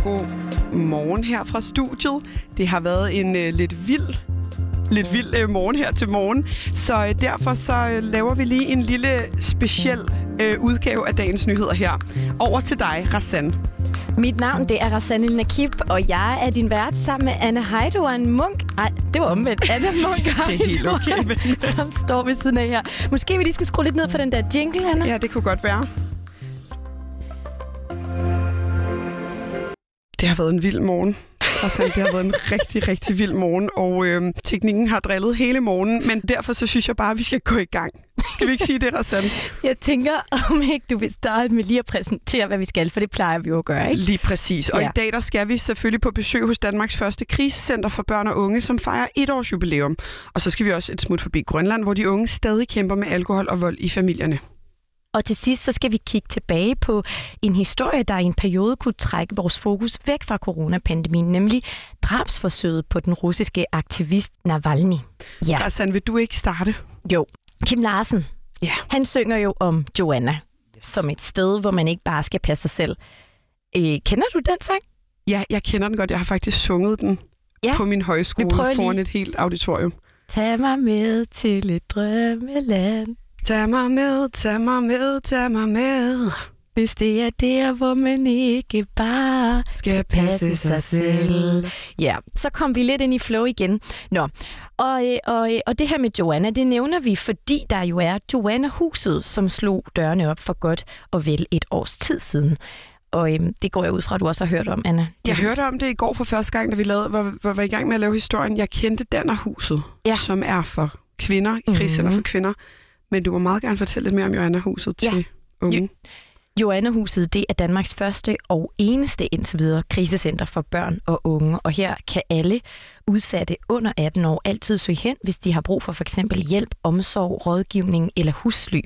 god morgen her fra studiet. Det har været en lidt vild morgen her til morgen. Så derfor så laver vi lige en lille speciel udgave af dagens nyheder her. Over til dig, Razan. Mit navn, det er Razan Nakib, og jeg er din vært sammen med Anne Heidoan Munk. Nej, det var omvendt. Anne Munk Det er helt okay, som står ved siden af her. Måske vi lige skulle skrue lidt ned for den der jingle, Anne. Ja, det kunne godt være. Det har været en vild morgen. Altså, det har været en rigtig, rigtig vild morgen, og teknikken har drillet hele morgenen, men derfor så synes jeg bare, at vi skal gå i gang. Skal vi ikke sige det, Razan? Jeg tænker, om ikke du vil starte med lige at præsentere, hvad vi skal, for det plejer vi jo at gøre, ikke? Lige præcis. Og i dag der skal vi selvfølgelig på besøg hos Danmarks første krisecenter for børn og unge, som fejrer 1-års jubilæum. Og så skal vi også et smut forbi Grønland, hvor de unge stadig kæmper med alkohol og vold i familierne. Og til sidst, så skal vi kigge tilbage på en historie, der i en periode kunne trække vores fokus væk fra coronapandemien, nemlig drabsforsøget på den russiske aktivist Navalny. Ja. Razan, vil du ikke starte? Jo. Kim Larsen, han synger jo om Joanna, som et sted, hvor man ikke bare skal passe sig selv. Kender du den sang? Ja, jeg kender den godt. Jeg har faktisk sunget den på min højskole foran et helt auditorium. Tag mig med til et drømmeland. Tag mig med, tag mig med, tag mig med. Hvis det er der, hvor man ikke bare skal passe sig selv. Ja, så kom vi lidt ind i flow igen. Nå, og det her med Joanna, det nævner vi, fordi der jo er Joanna-huset, som slog dørene op for godt og vel et års tid siden. Og det går jeg ud fra, at du også har hørt om, Anna. Jeg hørte om det i går for første gang, da vi var i gang med at lave historien. Jeg kendte Dannerhuset, som er for kvinder, krisecenter for kvinder. Men du må meget gerne fortælle lidt mere om Joanna-huset til unge. Joanna-huset, det er Danmarks første og eneste indtil videre krisecenter for børn og unge. Og her kan alle udsatte under 18 år altid søge hen, hvis de har brug for eksempel hjælp, omsorg, rådgivning eller husly.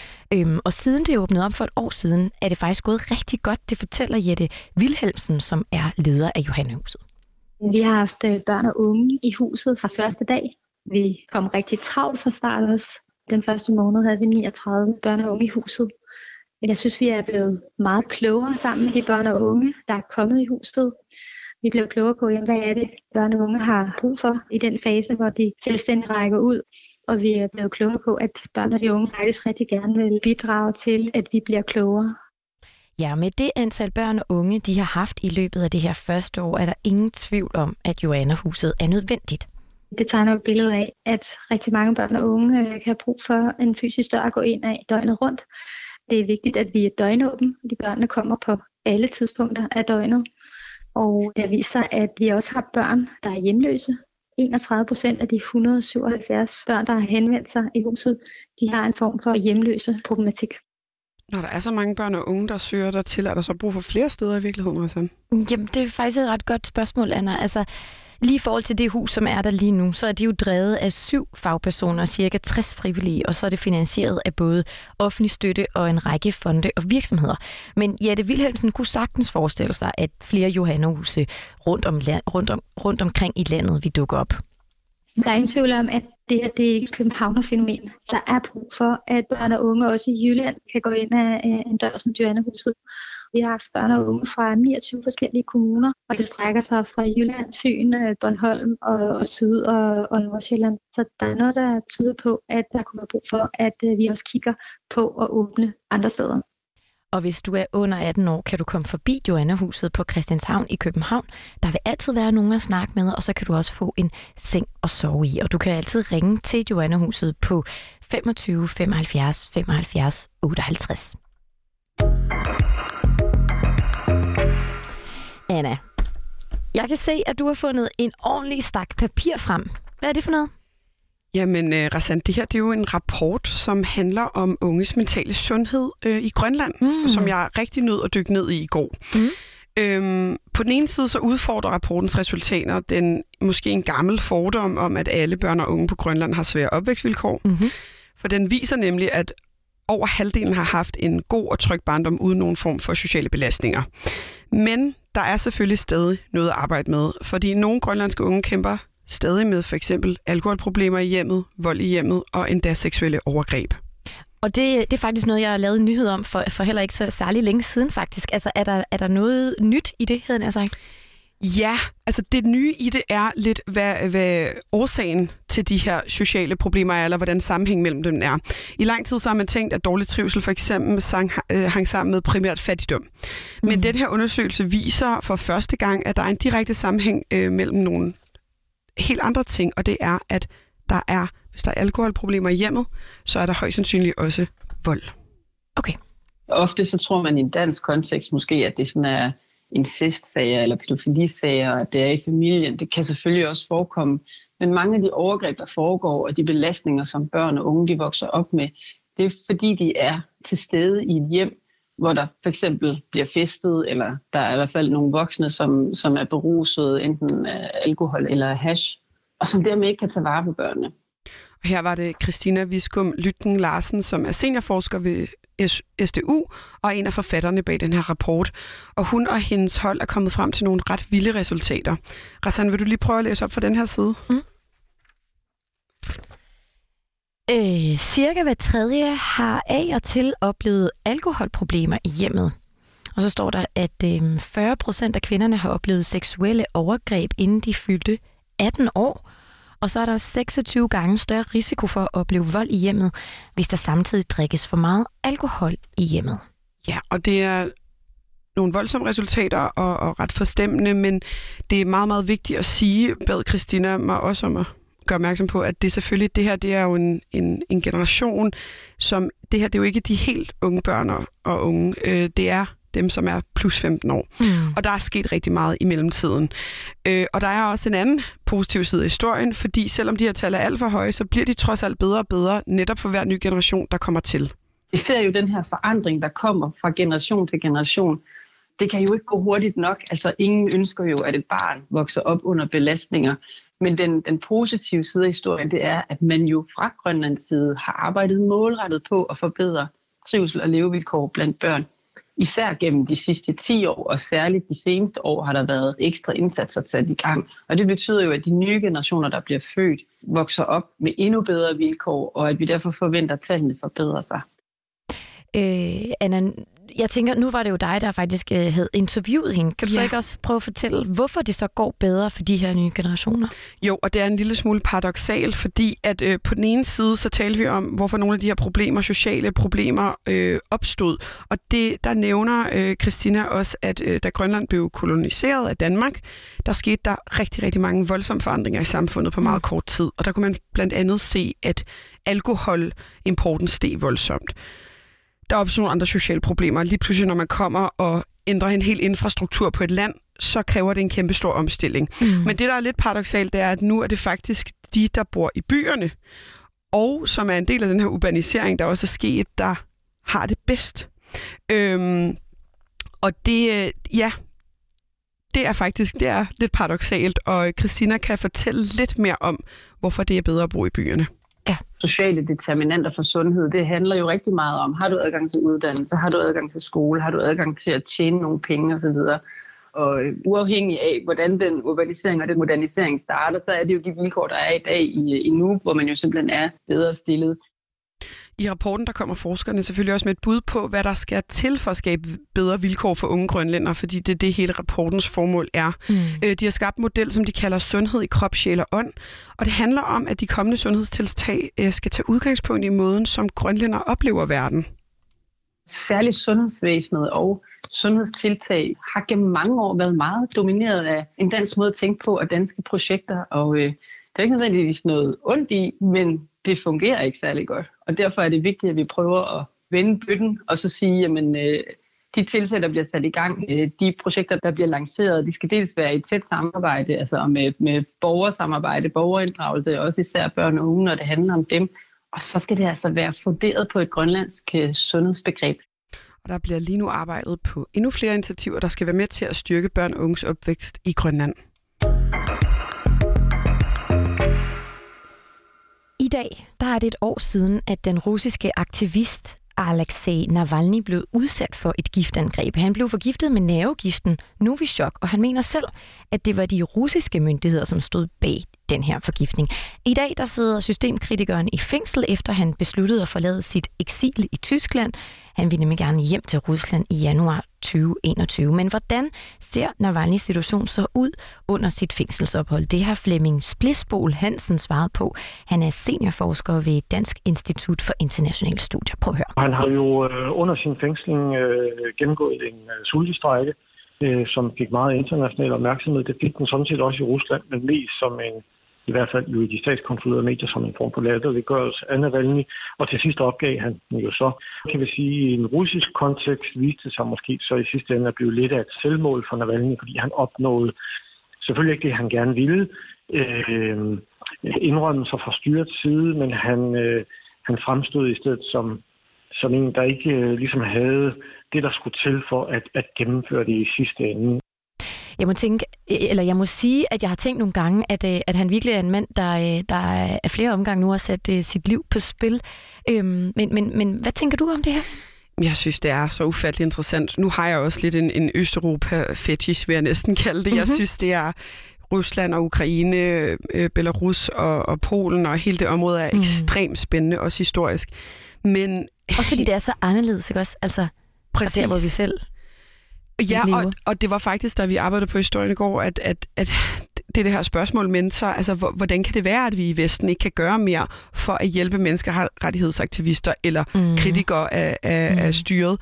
Og siden det åbnede op for et år siden, er det faktisk gået rigtig godt. Det fortæller Jette Wilhelmsen, som er leder af Joanna-huset. Vi har haft børn og unge i huset fra første dag. Vi kom rigtig travlt fra start også. Den første måned havde vi 39 børn og unge i huset. Jeg synes, vi er blevet meget klogere sammen med de børn og unge, der er kommet i huset. Vi blev klogere på, hvad er det, børn og unge har brug for i den fase, hvor de selvstændigt rækker ud. Og vi er blevet klogere på, at børn og de unge faktisk rigtig gerne vil bidrage til, at vi bliver klogere. Ja, med det antal børn og unge, de har haft i løbet af det her første år, er der ingen tvivl om, at Joanna-huset er nødvendigt. Det tegner et billede af, at rigtig mange børn og unge kan have brug for en fysisk dør at gå ind af døgnet rundt. Det er vigtigt, at vi er døgnåbne. De børnene kommer på alle tidspunkter af døgnet. Og det viser, at vi også har børn, der er hjemløse. 31% af de 177 børn, der har henvendt sig i huset, de har en form for hjemløse problematik. Når der er så mange børn og unge, der søger der til, er der så brug for flere steder i virkeligheden, Razan? Jamen, det er faktisk et ret godt spørgsmål, Anna. Altså, lige i forhold til det hus, som er der lige nu, så er det jo drevet af 7 fagpersoner, cirka 60 frivillige, og så er det finansieret af både offentlig støtte og en række fonde og virksomheder. Men Jette Wilhelmsen kunne sagtens forestille sig, at flere Joanna-huse rundt omkring i landet vil dukke op. Der er ingen tvivl om, at det her det er ikke et københavnerfænomen. Der er brug for, at børn og unge også i Jylland kan gå ind af en dør som Joanna-huset. Vi har haft børn og unge fra 29 forskellige kommuner, og det strækker sig fra Jylland, Fyn, Bornholm og Syd- og Nordsjælland. Så der er noget, der tyder på, at der kunne være brug for, at vi også kigger på at åbne andre steder. Og hvis du er under 18 år, kan du komme forbi Joanna-huset på Christianshavn i København. Der vil altid være nogen at snakke med, og så kan du også få en seng at sove i. Og du kan altid ringe til Joanna-huset på 25 75 75 58. Anna, jeg kan se, at du har fundet en ordentlig stak papir frem. Hvad er det for noget? Jamen, Razan, det her det er jo en rapport, som handler om unges mentale sundhed i Grønland, som jeg rigtig nød at dykke ned i går. På den ene side så udfordrer rapportens resultater den måske en gammel fordom om, at alle børn og unge på Grønland har svære opvækstvilkår. For den viser nemlig, at over halvdelen har haft en god og tryg barndom uden nogen form for sociale belastninger. Men der er selvfølgelig stadig noget at arbejde med, fordi nogle grønlandske unge kæmper stadig med for eksempel alkoholproblemer i hjemmet, vold i hjemmet og endda seksuelle overgreb. Og det er faktisk noget, jeg har lavet en nyhed om for heller ikke så særlig længe siden faktisk. Altså, er der noget nyt i det, havde jeg sagt? Ja, altså det nye i det er lidt, hvad årsagen til de her sociale problemer er, eller hvordan sammenhæng mellem dem er. I lang tid så har man tænkt, at dårlig trivsel for eksempel hang sammen med primært fattigdom. Men den her undersøgelse viser for første gang, at der er en direkte sammenhæng mellem nogle helt andre ting, og det er, at hvis der er alkoholproblemer i hjemmet, så er der højst sandsynligt også vold. Okay. Ofte så tror man i en dansk kontekst måske, at det sådan er incestsager eller pædofilisager, at det er i familien. Det kan selvfølgelig også forekomme. Men mange af de overgreb, der foregår, og de belastninger, som børn og unge de vokser op med, det er fordi, de er til stede i et hjem, hvor der for eksempel bliver festet, eller der er i hvert fald nogle voksne, som er beruset enten af alkohol eller hash, og som dermed ikke kan tage vare på børnene. Her var det Christina Viskum Lytken Larsen, som er seniorforsker ved SDU og en af forfatterne bag den her rapport. Og hun og hendes hold er kommet frem til nogle ret vilde resultater. Rassan, vil du lige prøve at læse op fra den her side? Cirka hver tredje har af og til oplevet alkoholproblemer i hjemmet. Og så står der, at 40% af kvinderne har oplevet seksuelle overgreb, inden de fyldte 18 år. Og så er der 26 gange større risiko for at opleve vold i hjemmet, hvis der samtidig drikkes for meget alkohol i hjemmet. Ja, og det er nogle voldsomme resultater og ret forstemmende, men det er meget, meget vigtigt at sige, bad Christina mig også om at gøre opmærksom på, at det selvfølgelig, det her, det er jo en generation, som, det her, det er jo ikke de helt unge børn og unge, det er dem, som er plus 15 år. Og der er sket rigtig meget i mellemtiden. Og der er også en anden positiv side af historien, fordi selvom de her tal er alt for høje, så bliver de trods alt bedre og bedre, netop for hver ny generation, der kommer til. Vi ser jo den her forandring, der kommer fra generation til generation. Det kan jo ikke gå hurtigt nok. Altså, ingen ønsker jo, at et barn vokser op under belastninger. Men den positive side af historien, det er, at man jo fra Grønlands side har arbejdet målrettet på at forbedre trivsel og levevilkår blandt børn. Især gennem de sidste 10 år, og særligt de seneste år, har der været ekstra indsatser sat i gang. Og det betyder jo, at de nye generationer, der bliver født, vokser op med endnu bedre vilkår, og at vi derfor forventer, at tallene forbedrer sig. Anna, jeg tænker, nu var det jo dig, der faktisk havde interviewet hende. Kan du så ikke også prøve at fortælle, hvorfor det så går bedre for de her nye generationer? Jo, og det er en lille smule paradoksalt, fordi at på den ene side, så taler vi om, hvorfor nogle af de her problemer, sociale problemer, opstod. Og der nævner Christina også, at da Grønland blev koloniseret af Danmark, der skete der rigtig, rigtig mange voldsomme forandringer i samfundet på meget kort tid. Og der kunne man blandt andet se, at alkoholimporten steg voldsomt. Der er også nogle andre sociale problemer. Lige pludselig, når man kommer og ændrer en hel infrastruktur på et land, så kræver det en kæmpe stor omstilling. Men det, der er lidt paradoksalt, det er, at nu er det faktisk de, der bor i byerne, og som er en del af den her urbanisering, der også er sket, der har det bedst. Og det er lidt paradoksalt, og Christina kan fortælle lidt mere om, hvorfor det er bedre at bo i byerne. Ja. Sociale determinanter for sundhed, det handler jo rigtig meget om, har du adgang til uddannelse, har du adgang til skole, har du adgang til at tjene nogle penge osv. Og uafhængig af, hvordan den urbanisering og den modernisering starter, så er det jo de vilkår, der er i dag i nu, hvor man jo simpelthen er bedre stillet. I rapporten, der kommer forskerne selvfølgelig også med et bud på, hvad der skal til for at skabe bedre vilkår for unge grønlændere, fordi det er det hele rapportens formål er. De har skabt en model, som de kalder sundhed i krop, sjæl og ånd, og det handler om, at de kommende sundhedstiltag skal tage udgangspunkt i måden, som grønlændere oplever verden. Særligt sundhedsvæsenet og sundhedstiltag har gennem mange år været meget domineret af en dansk måde at tænke på og danske projekter, og det er ikke nødvendigvis noget ondt i, men det fungerer ikke særlig godt. Og derfor er det vigtigt, at vi prøver at vende bøtten og så sige, jamen de tiltag, der bliver sat i gang, de projekter, der bliver lanceret, de skal dels være i et tæt samarbejde, altså med borgersamarbejde, borgerinddragelse, også især børn og unge, når det handler om dem. Og så skal det altså være funderet på et grønlandsk sundhedsbegreb. Og der bliver lige nu arbejdet på endnu flere initiativer, der skal være med til at styrke børn og unges opvækst i Grønland. I dag, der er det et år siden, at den russiske aktivist Alexei Navalny blev udsat for et giftangreb. Han blev forgiftet med nervegiften Novichok, og han mener selv, at det var de russiske myndigheder, som stod bag den her forgiftning. I dag der sidder systemkritikeren i fængsel, efter han besluttede at forlade sit eksil i Tyskland. Han ville nemlig gerne hjem til Rusland i januar 2021. Men hvordan ser Navalny's situation så ud under sit fængselsophold? Det har Flemming Splidsbol Hansen svaret på. Han er seniorforsker ved Dansk Institut for Internationale Studier. Prøv at høre. Han har jo under sin fængsling gennemgået en sultestrejke, som fik meget international opmærksomhed. Det fik den sådan set også i Rusland, men mest som i hvert fald jo i de statskontrollerede medier, som en form for latterliggørelse af Navalny. Og til sidst opgav han jo så, kan vi sige, i en russisk kontekst viste sig måske så i sidste ende at blive lidt af et selvmål for Navalny, fordi han opnåede selvfølgelig ikke det, han gerne ville. Indrømmelser fra styrets side, men han fremstod i stedet som en, der ikke ligesom havde det, der skulle til for at gennemføre det i sidste ende. Jeg må sige, at jeg har tænkt nogle gange, at han virkelig er en mand, der er flere omgange nu har sat sit liv på spil. Men hvad tænker du om det her? Jeg synes, det er så ufattelig interessant. Nu har jeg også lidt en Østeuropa-fetish, vil jeg næsten kalde det. Jeg synes, det er Rusland og Ukraine, Belarus og Polen og hele det område er ekstremt spændende, også historisk. Men også fordi det er så anderledes, ikke også? Altså, præcis. Der, hvor vi selv og det var faktisk, da vi arbejdede på historien i går, at det her spørgsmål mentor, altså hvordan kan det være, at vi i Vesten ikke kan gøre mere for at hjælpe menneskerettighedsaktivister eller kritikere af styret?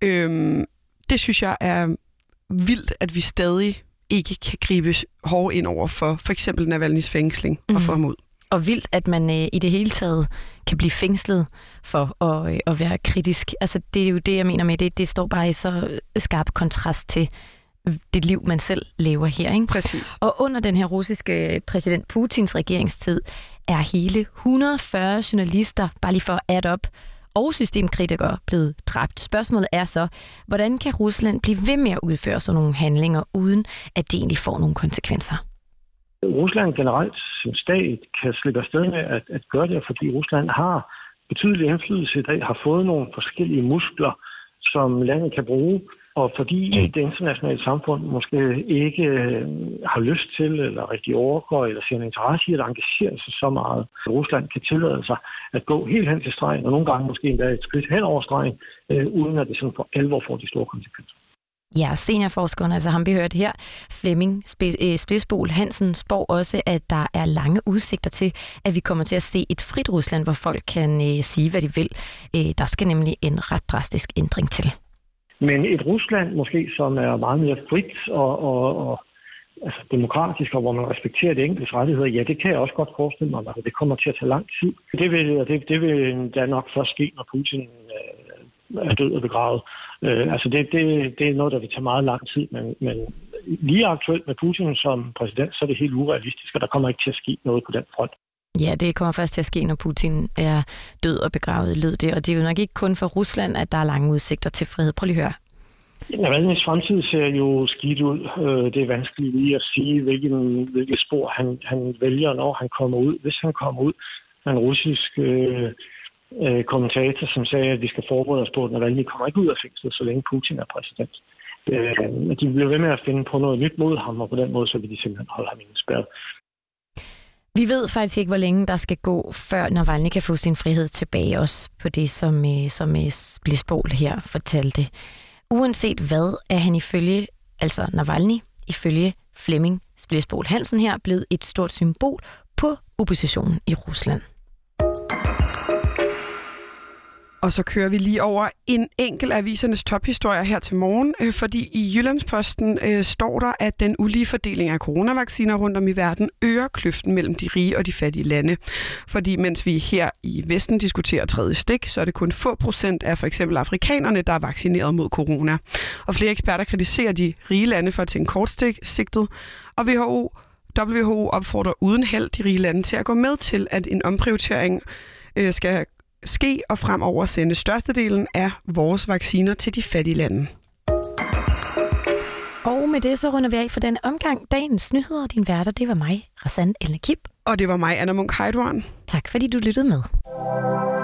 Det synes jeg er vildt, at vi stadig ikke kan gribe hårdt ind over for eksempel Navalny's fængsling og få ham ud. Og vildt, at man i det hele taget kan blive fængslet for at være kritisk. Altså, det er jo det, jeg mener med det. Det står bare i så skarp kontrast til det liv, man selv lever her, ikke? Præcis. Og under den her russiske præsident Putins regeringstid er hele 140 journalister, bare lige for at add op, og systemkritikere blevet dræbt. Spørgsmålet er så, hvordan kan Rusland blive ved med at udføre sådan nogle handlinger, uden at det egentlig får nogle konsekvenser? Rusland generelt som stat kan slippe afsted med at gøre det, fordi Rusland har betydelig indflydelse i dag, har fået nogle forskellige muskler, som landet kan bruge, og fordi det internationale samfund måske ikke har lyst til, eller rigtig overgår, eller ser en interesse i at engagere sig så meget, Rusland kan tillade sig at gå helt hen til stregen, og nogle gange måske endda et skridt hen over stregen, uden at det sådan for alvor får de store konsekvenser. Ja, seniorforskeren, altså ham vi hørte her, Flemming Splidsbol Hansen, spår også, at der er lange udsigter til, at vi kommer til at se et frit Rusland, hvor folk kan sige, hvad de vil. Der skal nemlig en ret drastisk ændring til. Men et Rusland måske, som er meget mere frit og altså demokratisk, og hvor man respekterer det enkeltes rettigheder, ja, det kan jeg også godt forestille mig, at det kommer til at tage lang tid. Det vil da nok først ske, når Putin er død og begravet. Altså det er noget, der vil tage meget lang tid, men lige aktuelt med Putin som præsident, så er det helt urealistisk, og der kommer ikke til at ske noget på den front. Ja, det kommer først til at ske, når Putin er død og begravet, lød det. Og det er jo nok ikke kun for Rusland, at der er lange udsigter til frihed. Prøv lige at høre. Navalny's fremtid ser jo skidt ud. Det er vanskeligt lige at sige, hvilket spor han vælger, når han kommer ud. Hvis han kommer ud af en russisk kommentator, som sagde, at vi skal forberede os på, at Navalny kommer ikke ud af fængslet, så længe Putin er præsident. De bliver ved med at finde på noget nyt mod ham, og på den måde, så vil de simpelthen holde ham indespærret. Vi ved faktisk ikke, hvor længe der skal gå, før Navalny kan få sin frihed tilbage, også på det, som Splidsbol her fortalte. Uanset hvad, er han altså Navalny, ifølge Flemming Splidsbol Hansen her, blevet et stort symbol på oppositionen i Rusland. Og så kører vi lige over en enkelt af avisernes tophistorier her til morgen, fordi i Jyllandsposten står der, at den ulige fordeling af coronavacciner rundt om i verden øger kløften mellem de rige og de fattige lande. Fordi mens vi her i Vesten diskuterer tredje stik, så er det kun få procent af for eksempel afrikanerne, der er vaccineret mod corona. Og flere eksperter kritiserer de rige lande for at tænke kortsigtet, og WHO opfordrer uden held de rige lande til at gå med til, at en omprioritering skal ske og fremover sende størstedelen af vores vacciner til de fattige lande. Og med det så runder vi af for denne omgang. Dagens nyheder og din værter, det var mig, Razan El Nakib. Og det var mig, Anna Munk Heidorn. Tak fordi du lyttede med.